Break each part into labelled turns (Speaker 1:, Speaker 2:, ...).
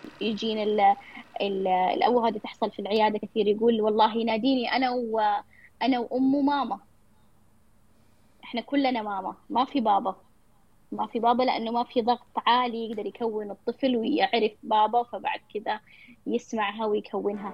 Speaker 1: يجينا الأوه هذه تحصل في العيادة كثير، يقول والله يناديني أنا وأمه ماما. إحنا كلنا ماما، ما في بابا. ما في بابا لأنه ما في ضغط عالي يقدر يكون الطفل ويعرف بابا، فبعد كذا يسمعها ويكونها.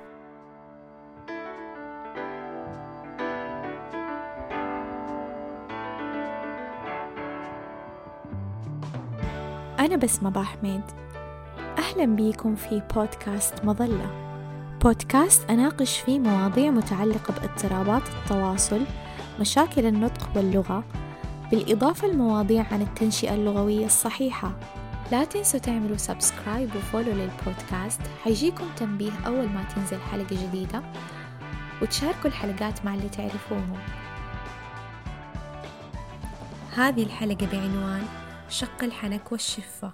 Speaker 2: أنا بسمة باحمد، أهلا بيكم في بودكاست مظلة، بودكاست أناقش فيه مواضيع متعلقة باضطرابات التواصل، مشاكل النطق واللغة، بالإضافة لمواضيع عن التنشئة اللغوية الصحيحة. لا تنسوا تعملوا سبسكرايب وفولو للبودكاست، حيجيكم تنبيه أول ما تنزل حلقة جديدة، وتشاركوا الحلقات مع اللي تعرفوهم. هذه الحلقة بعنوان شق الحنك والشفة.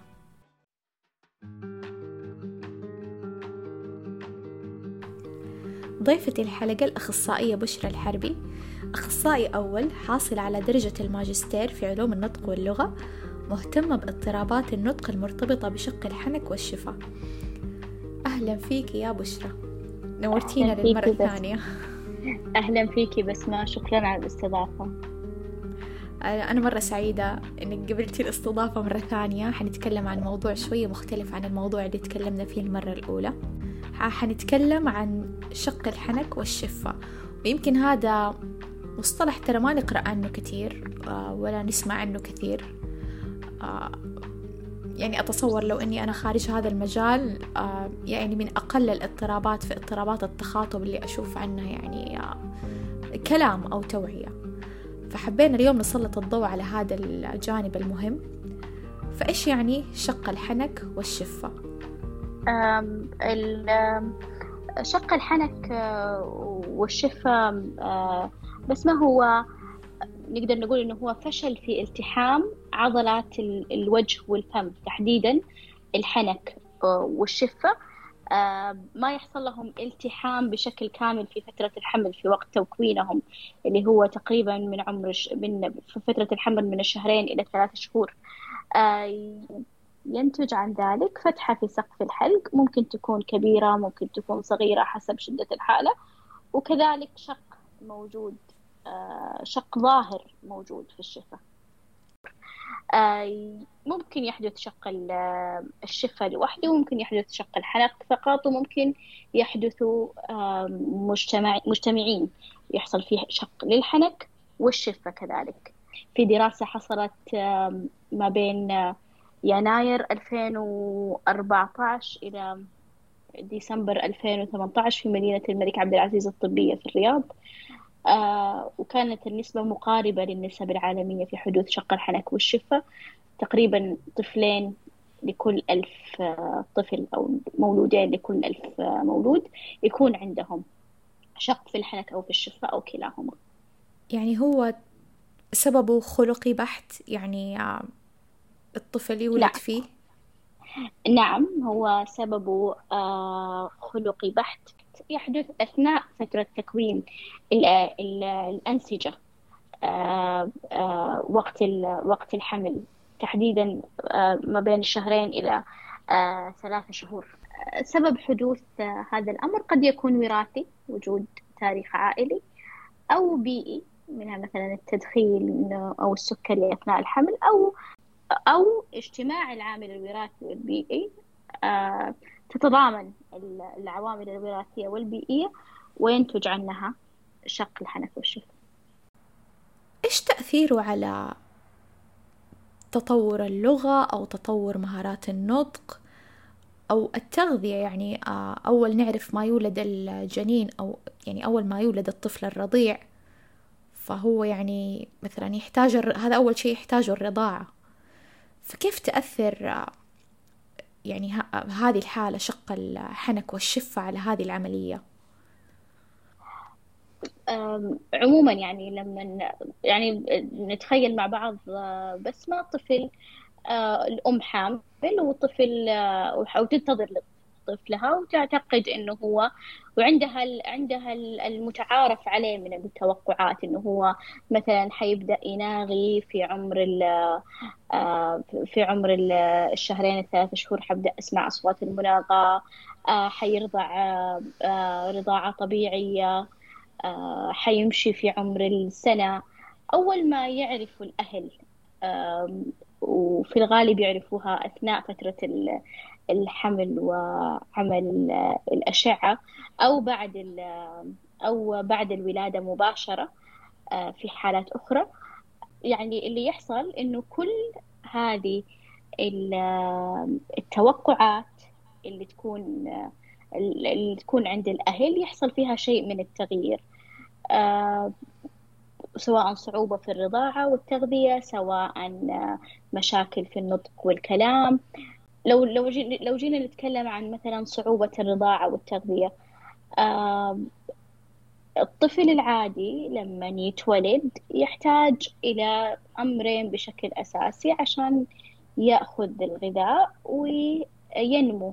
Speaker 2: ضيفة الحلقة الأخصائية بشرى الحربي، أخصائي أول حاصل على درجة الماجستير في علوم النطق واللغة، مهتمة باضطرابات النطق المرتبطة بشق الحنك والشفة. أهلا فيك يا بشرى، نورتينا
Speaker 1: أهلا
Speaker 2: للمرة
Speaker 1: فيكي بس
Speaker 2: الثانية.
Speaker 1: أهلا فيكي بسمة، شكرا على الاستضافة.
Speaker 2: أنا مرة سعيدة إنك قبلتي الاستضافة مرة ثانية. حنتكلم عن موضوع شوية مختلف عن الموضوع اللي تكلمنا فيه المرة الأولى. حنتكلم عن شق الحنك والشفة، ويمكن هذا مصطلح ترى ما نقرأ عنه كثير ولا نسمع عنه كثير. يعني أتصور لو أني أنا خارج هذا المجال، يعني من أقل الاضطرابات في اضطرابات التخاطب اللي أشوف عنها يعني كلام أو توعية. فحبينا اليوم نسلط الضوء على هذا الجانب المهم. فإيش يعني شق الحنك والشفة؟
Speaker 1: شق الحنك والشفة، بس ما هو نقدر نقول إنه هو فشل في التحام عضلات الوجه والفم، تحديدا الحنك والشفة. ما يحصل لهم التحام بشكل كامل في فترة الحمل، في وقت تكوينهم اللي هو تقريبا من عمر في فترة الحمل من الشهرين إلى 3 شهور. آه، ينتج عن ذلك فتحة في سقف الحلق، ممكن تكون كبيرة ممكن تكون صغيرة حسب شدة الحالة، وكذلك شق موجود، شق ظاهر موجود في الشفة. ممكن يحدث شق الشفة لوحده، وممكن يحدث شق الحلق فقط، وممكن يحدثوا مجتمعين، يحصل فيه شق للحنك والشفة كذلك. في دراسة حصلت ما بين يناير 2014 إلى ديسمبر 2018 في مدينة الملك عبد العزيز الطبية في الرياض، وكانت النسبة مقاربة للنسب العالمية في حدوث شق الحنك والشفة. تقريبا طفلين لكل 1000 طفل، أو مولودين لكل 1000 مولود يكون عندهم شق في الحنك أو في الشفة أو كلاهما.
Speaker 2: يعني هو سببه خلقي بحت، يعني الطفل يولد
Speaker 1: لا،
Speaker 2: فيه؟
Speaker 1: نعم، هو سببه خلقي بحت، يحدث أثناء فترة تكوين الأنسجة، وقت الحمل تحديدا، ما بين الشهرين إلى 3 شهور. سبب حدوث هذا الأمر قد يكون وراثي، وجود تاريخ عائلي، أو بيئي، منها مثلا التدخين أو السكري أثناء الحمل، أو اجتماع العامل الوراثي والبيئي. تتضامن العوامل الوراثية والبيئية وينتج عنها شق الحنك والشفة.
Speaker 2: إيش تأثيره على تطور اللغة أو تطور مهارات النطق أو التغذية؟ يعني أول نعرف ما يولد الجنين، أو يعني أول ما يولد الطفل الرضيع، فهو يعني مثلا يحتاج هذا أول شيء يحتاجه الرضاعة. فكيف تأثر يعني هذه الحالة شق الحنك والشفة على هذه العملية؟
Speaker 1: عموما يعني لما يعني نتخيل مع بعض، بس ما طفل، الأم حامل وطفل، أو تنتظر طفلها وتعتقد إنه هو، عندها المتعارف عليه من التوقعات إنه هو مثلا حيبدأ يناغي في عمر في عمر الشهرين الثلاث شهور، حبدأ أسمع أصوات المناغة. حيرضع رضاعة طبيعية. حيمشي في عمر السنة. أول ما يعرفوا الأهل، وفي الغالب يعرفوها أثناء فترة الحمل وعمل الأشعة، أو أو بعد الولادة مباشرة في حالات أخرى. يعني اللي يحصل إنه كل هذه التوقعات اللي تكون عند الأهل يحصل فيها شيء من التغيير، آه، سواء صعوبة في الرضاعة والتغذية، سواء مشاكل في النطق والكلام. لو جينا نتكلم عن مثلا صعوبة الرضاعة والتغذية، آه، الطفل العادي لما يتولد يحتاج إلى أمرين بشكل أساسي عشان يأخذ الغذاء وينمو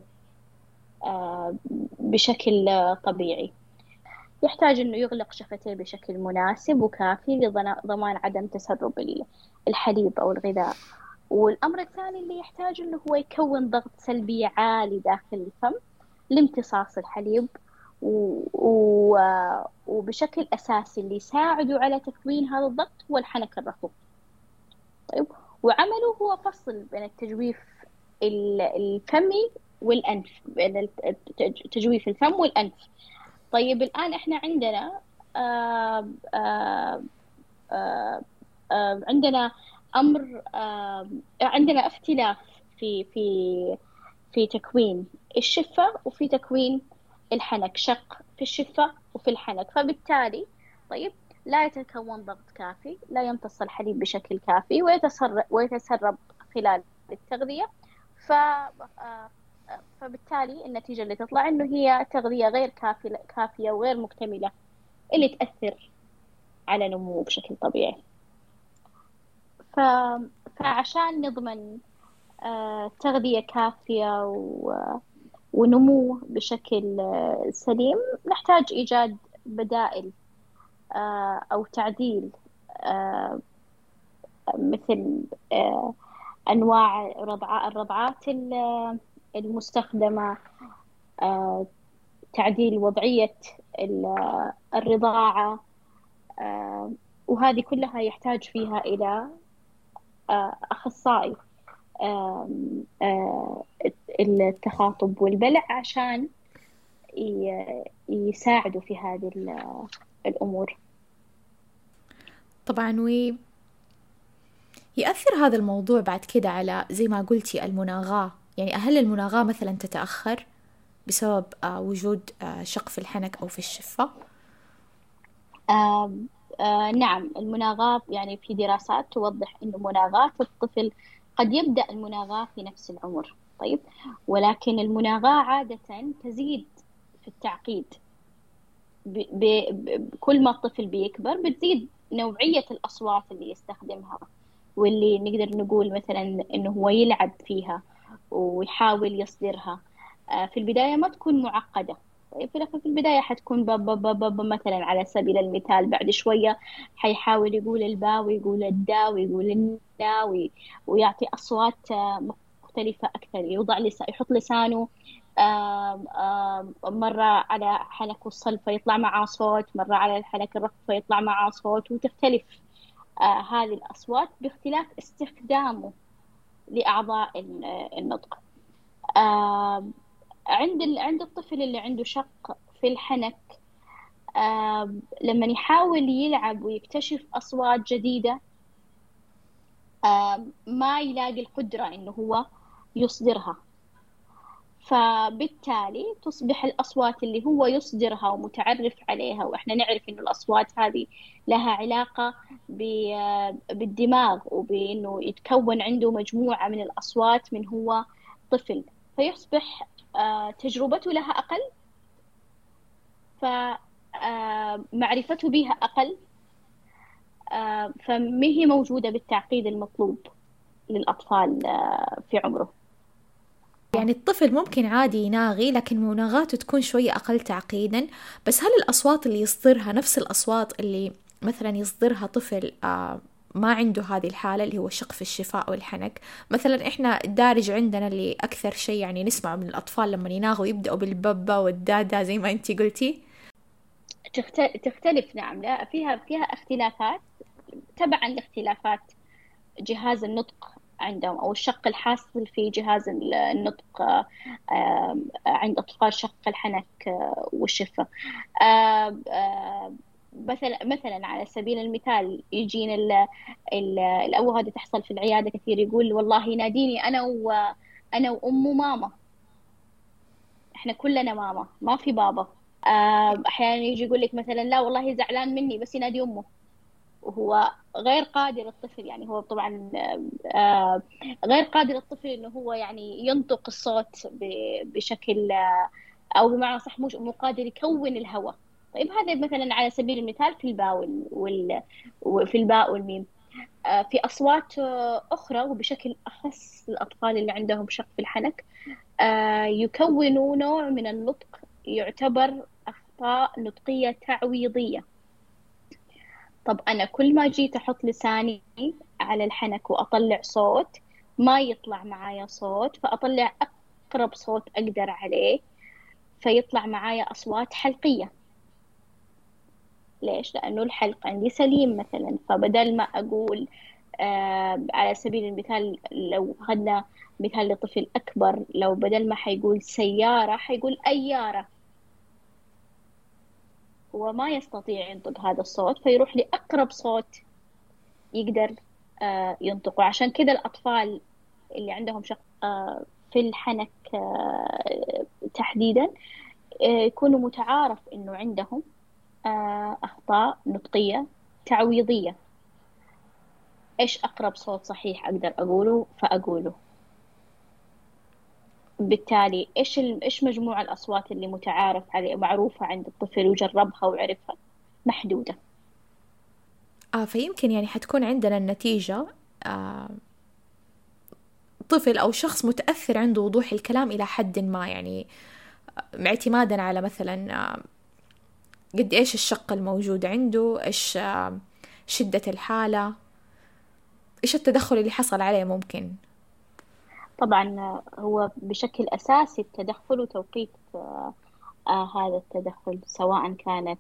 Speaker 1: بشكل طبيعي. يحتاج إنه يغلق شفتيه بشكل مناسب وكافي لضمان عدم تسرب الحليب أو الغذاء. والأمر الثاني اللي يحتاج إنه هو يكون ضغط سلبي عالي داخل الفم لامتصاص الحليب، وبشكل أساسي اللي يساعده على تكوين هذا الضغط هو الحنك الرفيع. طيب، وعمله هو فصل بين التجويف الفمي والأنف، بين تجويف الفم والأنف. طيب الآن إحنا عندنا آه آه آه عندنا أمر، عندنا اختلاف في تكوين الشفة وفي تكوين الحنك، شق في الشفة وفي الحنك. فبالتالي طيب لا يتكون ضغط كافي، لا يمتص الحليب بشكل كافي ويتسرب خلال التغذية. ف فبالتالي النتيجة اللي تطلع إنه هي تغذية غير كافية وغير مكتملة، اللي تأثر على نموه بشكل طبيعي. فعشان نضمن تغذية كافية ونمو بشكل سليم، نحتاج إيجاد بدائل أو تعديل، مثل أنواع الرضعات المستخدمة، تعديل وضعية الرضاعة، وهذه كلها يحتاج فيها إلى أخصائي التخاطب والبلع عشان يساعدوا في هذه الأمور.
Speaker 2: طبعا يأثر هذا الموضوع بعد كده على زي ما قلتي المناغاة. يعني هل المناغاة مثلا تتأخر بسبب وجود شق في الحنك أو في الشفة؟
Speaker 1: نعم، المناغاة يعني في دراسات توضح إنه مناغاة الطفل قد يبدأ المناغاة في نفس العمر. طيب، ولكن المناغاة عادة تزيد في التعقيد. كل ما الطفل بيكبر بتزيد نوعية الأصوات اللي يستخدمها، واللي نقدر نقول مثلا إنه هو يلعب فيها ويحاول يصدرها. في البداية ما تكون معقدة. طيب، في البداية حتكون بابا بابا بابا مثلا على سبيل المثال. بعد شوية حيحاول يقول الباء ويقول الدا ويقول النا ويعطي أصوات مختلفة أكثر. يحط لسانه مرة على حنك الصلب فيطلع معاه صوت، مرة على الحنك الرفيع فيطلع معاه صوت، وتختلف هذه الأصوات باختلاف استخدامه لأعضاء النطق. عند الطفل اللي عنده شق في الحنك، لما يحاول يلعب ويكتشف أصوات جديدة ما يلاقي القدرة إنه هو يصدرها. فبالتالي تصبح الأصوات اللي هو يصدرها ومتعرف عليها، وإحنا نعرف إنه الأصوات هذه لها علاقة بالدماغ، وبإنه يتكون عنده مجموعة من الأصوات من هو طفل، فيصبح تجربته لها أقل، فمعرفته بها أقل، فما هي موجودة بالتعقيد المطلوب للأطفال في عمره.
Speaker 2: يعني الطفل ممكن عادي يناغي لكن مناغاته تكون شوية أقل تعقيدا. بس هل الأصوات اللي يصدرها نفس الأصوات اللي مثلا يصدرها طفل ما عنده هذه الحالة اللي هو شق في الشفاء والحنك؟ مثلا إحنا الدارج عندنا اللي أكثر شيء يعني نسمعه من الأطفال لما يناغوا يبدأوا بالببة والدادا زي ما أنتي قلتي.
Speaker 1: تختلف، نعم. لا، فيها اختلافات تبعا لاختلافات جهاز النطق عندهم، أو الشق الحاصل في جهاز النطق عند أطفال شق الحنك والشفة. مثلا على سبيل المثال يجينا الأول، هذه تحصل في العيادة كثير، يقول والله يناديني أنا وأمه ماما، إحنا كلنا ماما، ما في بابا. أحيانا يجي يقول لك مثلا لا والله زعلان مني، بس ينادي أمه، وهو غير قادر الطفل، يعني هو طبعا غير قادر الطفل انه هو يعني ينطق الصوت بشكل او بمعنى صح مو قادر يكون الهواء. طيب هذا مثلا على سبيل المثال في الباء وفي الباء والميم. في اصوات اخرى، وبشكل اخص الاطفال اللي عندهم شق في الحنك يكونوا نوع من النطق يعتبر اخطاء نطقية تعويضية. طب أنا كل ما جيت أحط لساني على الحنك وأطلع صوت ما يطلع معايا صوت، فأطلع أقرب صوت أقدر عليه، فيطلع معايا أصوات حلقية. ليش؟ لأنه الحلق عندي سليم مثلا، فبدل ما أقول على سبيل المثال، لو أخذنا مثال لطفل أكبر، لو بدل ما حيقول سيارة حيقول أيارة، هو ما يستطيع ينطق هذا الصوت، فيروح لأقرب صوت يقدر ينطقوا. عشان كذا الأطفال اللي عندهم شق في الحنك تحديدا يكونوا متعارف إنه عندهم أخطاء نطقية تعويضية. إيش أقرب صوت صحيح أقدر أقوله فأقوله. بالتالي إيش مجموع الأصوات اللي متعارف عليه معروفة عند الطفل وجربها وعرفها؟ محدودة.
Speaker 2: فيمكن يعني حتكون عندنا النتيجة طفل أو شخص متأثر عنده وضوح الكلام إلى حد ما، يعني اعتمادا على مثلا قد إيش الشق الموجود عنده، إيش شدة الحالة، إيش التدخل اللي حصل عليه ممكن.
Speaker 1: طبعا هو بشكل أساسي التدخل وتوقيت هذا التدخل، سواء كانت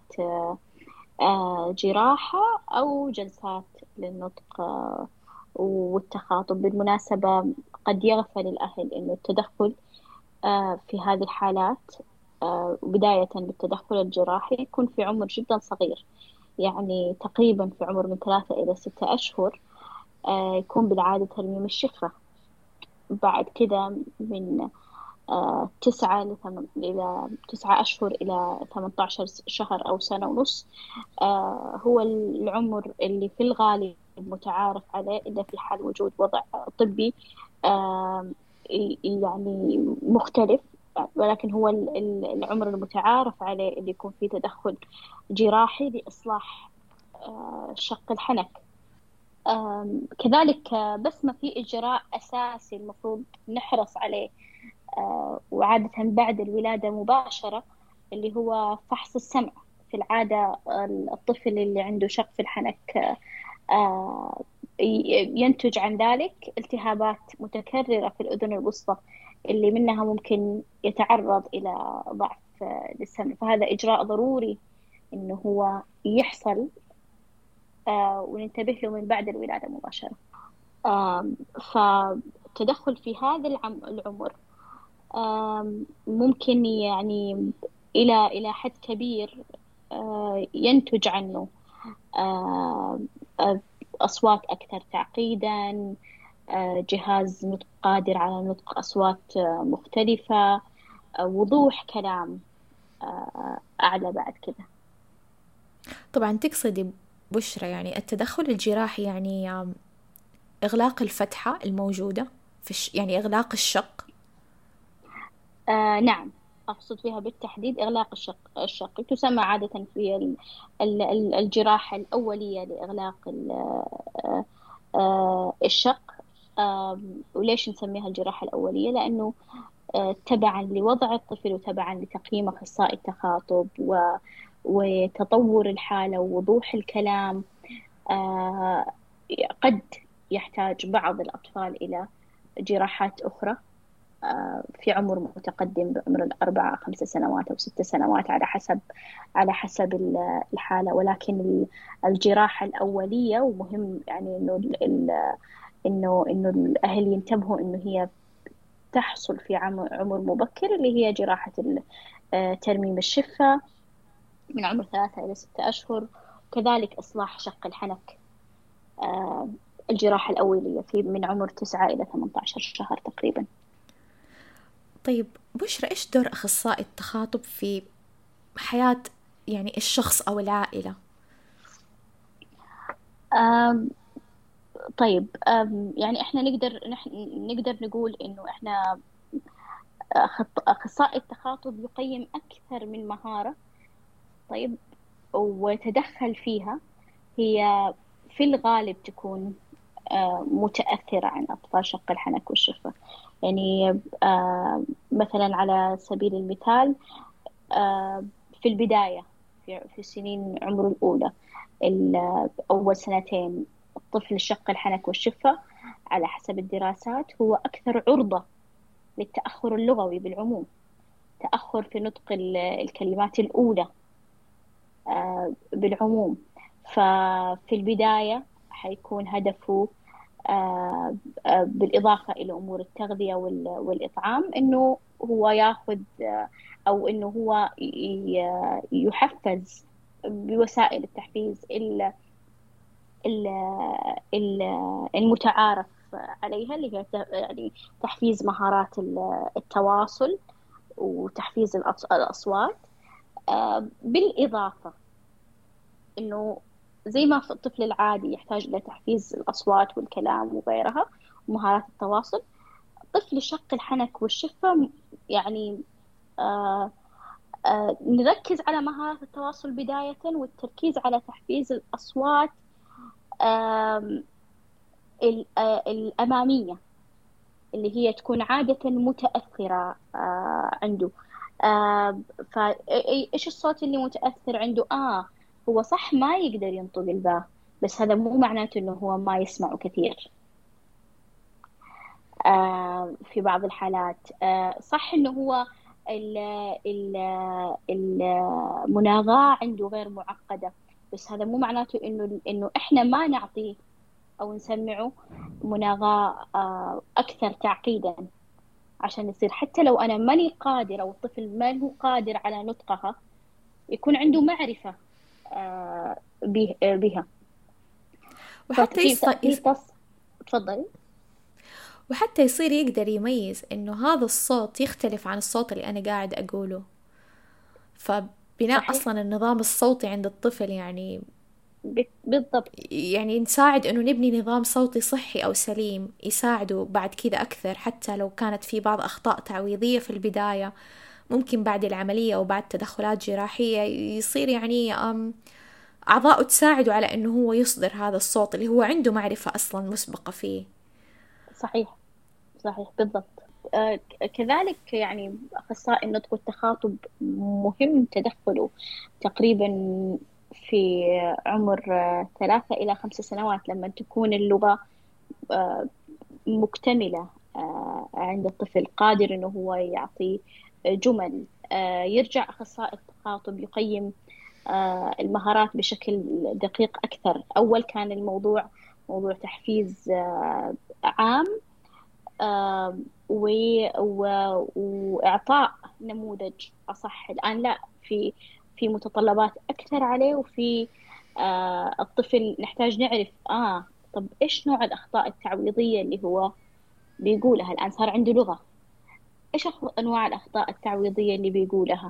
Speaker 1: جراحة أو جلسات للنطق والتخاطب. بالمناسبة قد يغفل الأهل إنه التدخل في هذه الحالات بداية بالتدخل الجراحي يكون في عمر جدا صغير، يعني تقريبا في عمر من 3 إلى 6 أشهر يكون بالعادة ترميم الشفة. بعد كده من 9 أشهر إلى 18 شهر أو سنة ونص هو العمر اللي في الغالب متعارف عليه، إلا في حال وجود وضع طبي يعني مختلف، ولكن هو العمر المتعارف عليه اللي يكون فيه تدخل جراحي لإصلاح شق الحنك. كذلك بس ما في إجراء أساسي المفروض نحرص عليه وعادة بعد الولادة مباشرة، اللي هو فحص السمع. في العادة الطفل اللي عنده شق في الحنك ينتج عن ذلك التهابات متكررة في الأذن الوسطى، اللي منها ممكن يتعرض إلى ضعف للسمع، فهذا إجراء ضروري إنه هو يحصل وننتبه له من بعد الولادة مباشرة. فالتدخل في هذا العمر ممكن يعني إلى حد كبير ينتج عنه أصوات أكثر تعقيدا، جهاز نطق قادر على نطق أصوات مختلفة، وضوح كلام أعلى بعد كده.
Speaker 2: طبعا تقصدي بشرى يعني التدخل الجراحي يعني إغلاق الفتحة الموجودة في يعني إغلاق الشق؟
Speaker 1: نعم، أقصد فيها بالتحديد إغلاق الشق تسمى عادة في الجراحة الأولية لإغلاق الشق. وليش نسميها الجراحة الأولية؟ لأنه تبعا لوضع الطفل وتبعا لتقييم أخصائي التخاطب وتطور الحالة ووضوح الكلام. آه، قد يحتاج بعض الأطفال إلى جراحات أخرى في عمر متقدم، بعمر 4 5 سنوات أو 6 سنوات، على حسب الحالة. ولكن الجراحة الأولية، ومهم يعني إنه الأهل ينتبهوا إنه هي تحصل في عمر مبكر، اللي هي جراحة ترميم الشفة من عمر 3 إلى 6 أشهر، وكذلك إصلاح شق الحنك، آه، الجراحة الأولية من عمر 9 إلى 18 شهر تقريبا.
Speaker 2: طيب بشرى، إيش دور أخصائي التخاطب في حياة يعني الشخص أو العائلة؟
Speaker 1: طيب، يعني إحنا نقدر نقول إنه إحنا أخصائي التخاطب يقيم أكثر من مهارة. طيب، وتدخل فيها هي في الغالب تكون متأثرة عن أطفال شق الحنك والشفة. يعني مثلا على سبيل المثال، آه، في البداية، في سنين عمره الأولى، أول سنتين، الطفل شق الحنك والشفة على حسب الدراسات هو أكثر عرضة للتأخر اللغوي بالعموم، تأخر في نطق الكلمات الأولى بالعموم. ففي البداية حيكون هدفه بالإضافة إلى أمور التغذية والإطعام، إنه هو ياخذ أو إنه هو يحفز بوسائل التحفيز المتعارف عليها، اللي هي يعني تحفيز مهارات التواصل وتحفيز الأصوات، بالإضافة إنه زي ما في الطفل العادي يحتاج إلى تحفيز الأصوات والكلام وغيرها ومهارات التواصل، طفل شق الحنك والشفة يعني نركز على مهارات التواصل بداية، والتركيز على تحفيز الأصوات الأمامية، اللي هي تكون عادة متأثرة عنده. فإيش الصوت اللي متأثر عنده؟ هو صح ما يقدر ينطق الباء، بس هذا مو معناته إنه هو ما يسمعه كثير. في بعض الحالات صح إنه هو المناغاة عنده غير معقدة، بس هذا مو معناته إنه إحنا ما نعطيه أو نسمعه مناغاة أكثر تعقيدا عشان يصير. حتى لو أنا ماني قادر أو الطفل ما هو قادر على نطقها، يكون عنده معرفة بها.
Speaker 2: وحتى
Speaker 1: تفضلي.
Speaker 2: وحتى يصير يقدر يميز إنه هذا الصوت يختلف عن الصوت اللي أنا قاعد أقوله. فبناء
Speaker 1: صحيح.
Speaker 2: أصلا النظام الصوتي عند الطفل يعني
Speaker 1: بالضبط.
Speaker 2: يعني نساعد إنه نبني نظام صوتي صحي أو سليم يساعده بعد كذا أكثر. حتى لو كانت في بعض أخطاء تعويضية في البداية، ممكن بعد العملية أو بعد تدخلات جراحية يصير يعني أعضاؤه تساعده على إنه هو يصدر هذا الصوت اللي هو عنده معرفة أصلا مسبقة فيه.
Speaker 1: صحيح بالضبط. كذلك يعني أخصائي النطق والتخاطب مهم تدخله تقريبا في عمر 3 إلى 5 سنوات، لما تكون اللغة مكتملة عند الطفل، قادر إنه هو يعطي جمل. يرجع أخصائي التخاطب يقيم المهارات بشكل دقيق أكثر. أول كان الموضوع موضوع تحفيز عام وإعطاء نموذج أصح. الآن لا، في متطلبات أكثر عليه، وفي الطفل نحتاج نعرف طب إيش نوع الأخطاء التعويضية اللي هو بيقولها. الآن صار عنده لغة، إيش أنواع الأخطاء التعويضية اللي بيقولها؟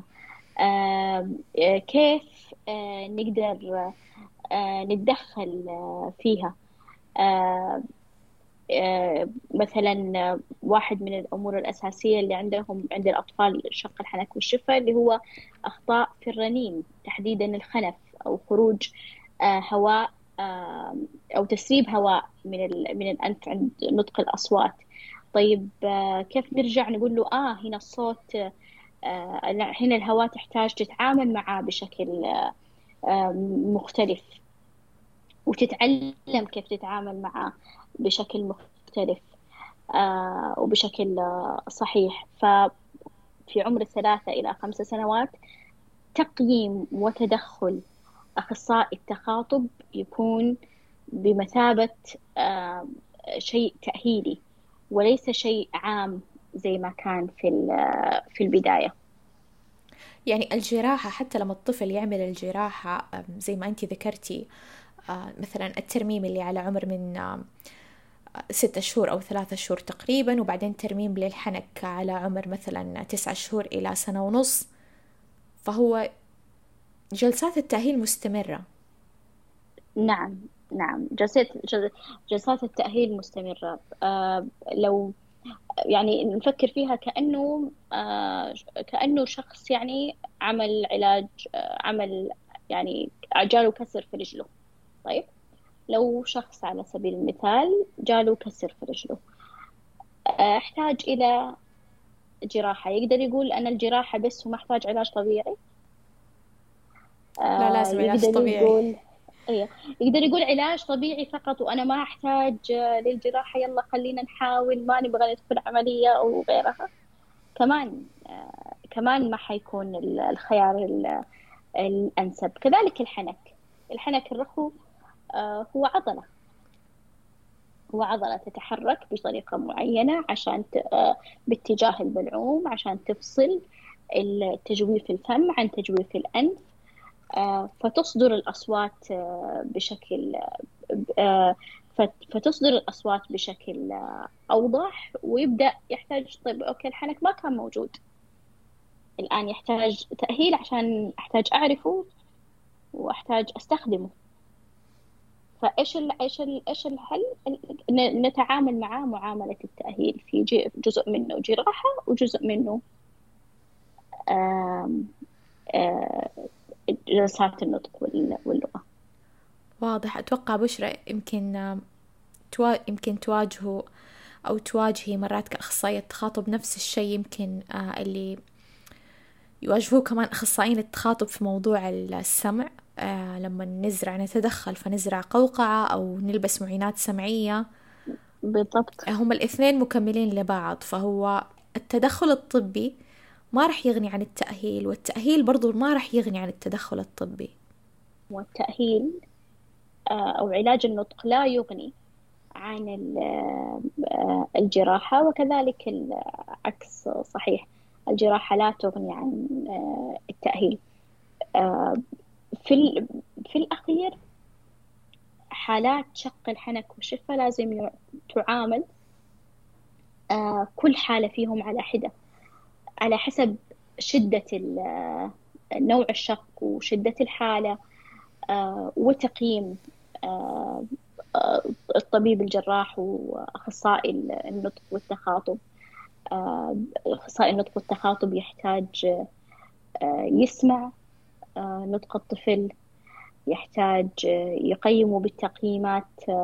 Speaker 1: كيف نقدر نتدخل فيها؟ مثلا واحد من الأمور الأساسية اللي عند الأطفال شق الحنك والشفة اللي هو أخطاء في الرنين، تحديدا الخنف أو خروج هواء أو تسريب هواء من الأنف عند نطق الأصوات. طيب كيف نرجع نقول له هنا الصوت، هنا الهواء تحتاج تتعامل معه بشكل مختلف، وتتعلم كيف تتعامل معه بشكل مختلف وبشكل صحيح. ففي عمر 3 إلى 5 سنوات تقييم وتدخل أخصائي التخاطب يكون بمثابة شيء تأهيلي وليس شيء عام زي ما كان في البداية.
Speaker 2: يعني الجراحة حتى لما الطفل يعمل الجراحة زي ما أنت ذكرتي، مثلا الترميم اللي على عمر من 6 شهور أو 3 شهور تقريبا، وبعدين ترميم للحنك على عمر مثلا 9 شهور إلى 1.5 سنة، فهو جلسات التأهيل مستمرة.
Speaker 1: نعم جلسات التأهيل مستمرة. لو يعني نفكر فيها كأنه شخص يعني عمل علاج، عمل يعني جاله كسر في رجله. طيب لو شخص على سبيل المثال جاله كسر في رجله، احتاج إلى جراحة، يقدر يقول أنا الجراحة بس وما احتاج علاج طبيعي؟
Speaker 2: لا، لازم علاج طبيعي.
Speaker 1: يقدر يقول علاج طبيعي فقط وأنا ما أحتاج للجراحة، يلا خلينا نحاول، ما نبغى ندخل عملية أو غيرها. كمان ما حيكون الخيار الأنسب. كذلك الحنك الرخو هو عضلة تتحرك بطريقة معينة عشان باتجاه البلعوم عشان تفصل تجويف الفم عن تجويف الأنف، فتصدر الأصوات فتصدر الأصوات بشكل أوضح، ويبدأ يحتاج طيب أوكي الحنك ما كان موجود، الآن يحتاج تأهيل عشان أحتاج أعرفه وأحتاج أستخدمه. إيش الحل؟ نتعامل معاه معاملة التأهيل، في جزء منه جراحة وجزء منه جلسات النطق واللغة.
Speaker 2: واضح. أتوقع بشرى يمكن تواجهوا أو تواجهي مرات كأخصائية تخاطب نفس الشيء، يمكن اللي يواجهوه كمان أخصائيين التخاطب في موضوع السمع، لما نتدخل فنزرع قوقعة أو نلبس معينات سمعية.
Speaker 1: بالضبط.
Speaker 2: هم الاثنين مكملين لبعض، فهو التدخل الطبي ما رح يغني عن التأهيل، والتأهيل برضو ما رح يغني عن التدخل الطبي.
Speaker 1: والتأهيل أو علاج النطق لا يغني عن الجراحة، وكذلك العكس صحيح، الجراحة لا تغني عن التأهيل. في الأخير حالات شق الحنك والشفة لازم تعامل كل حالة فيهم على حدة، على حسب شدة نوع الشق وشدة الحالة، وتقييم الطبيب الجراح وأخصائي النطق والتخاطب. أخصائي النطق والتخاطب يحتاج يسمع نطق الطفل، يحتاج يقيمه بالتقييمات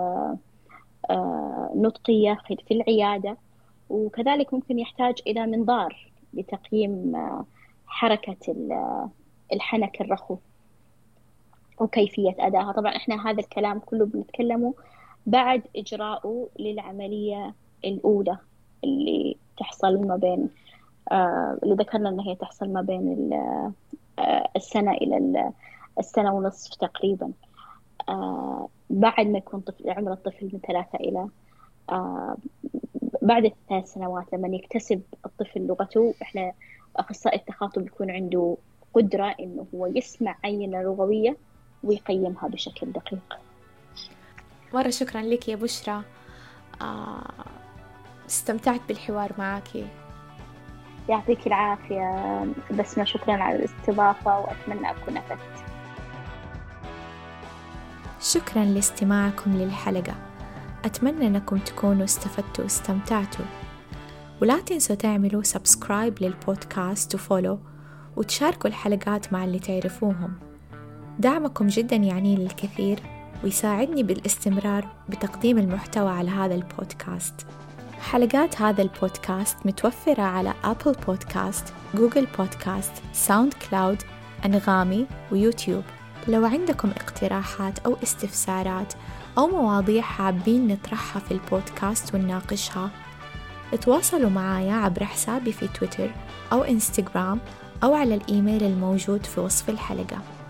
Speaker 1: نطقية في العيادة، وكذلك ممكن يحتاج إلى منظار لتقييم حركة الحنك الرخو وكيفية أدائها. طبعا إحنا هذا الكلام كله بنتكلمه بعد إجراءه للعملية الأولى اللي تحصل ما بين اللي ذكرنا أنها هي تحصل ما بين السنة إلى السنة ونصف تقريبا، بعد ما يكون عمر الطفل من 3 إلى بعد 3 سنوات لما يكتسب الطفل لغته. إحنا أخصائي التخاطب يكون عنده قدرة إنه هو يسمع عينة لغوية ويقيمها بشكل دقيق.
Speaker 2: مرة شكرا لك يا بشرى، استمتعت بالحوار معك.
Speaker 1: يعطيك العافية بسمة، شكرا على الاستضافة وأتمنى أكون أفدت.
Speaker 2: شكرا لاستماعكم للحلقة، أتمنى أنكم تكونوا استفدتوا واستمتعتوا، ولا تنسوا تعملوا سبسكرايب للبودكاست وفولو وتشاركوا الحلقات مع اللي تعرفوهم. دعمكم جدا يعني لي الكثير ويساعدني بالاستمرار بتقديم المحتوى على هذا البودكاست. حلقات هذا البودكاست متوفرة على أبل بودكاست، جوجل بودكاست، ساوند كلاود، أنغامي ويوتيوب. لو عندكم اقتراحات أو استفسارات أو مواضيع حابين نطرحها في البودكاست ونناقشها، اتواصلوا معايا عبر حسابي في تويتر أو إنستغرام أو على الإيميل الموجود في وصف الحلقة.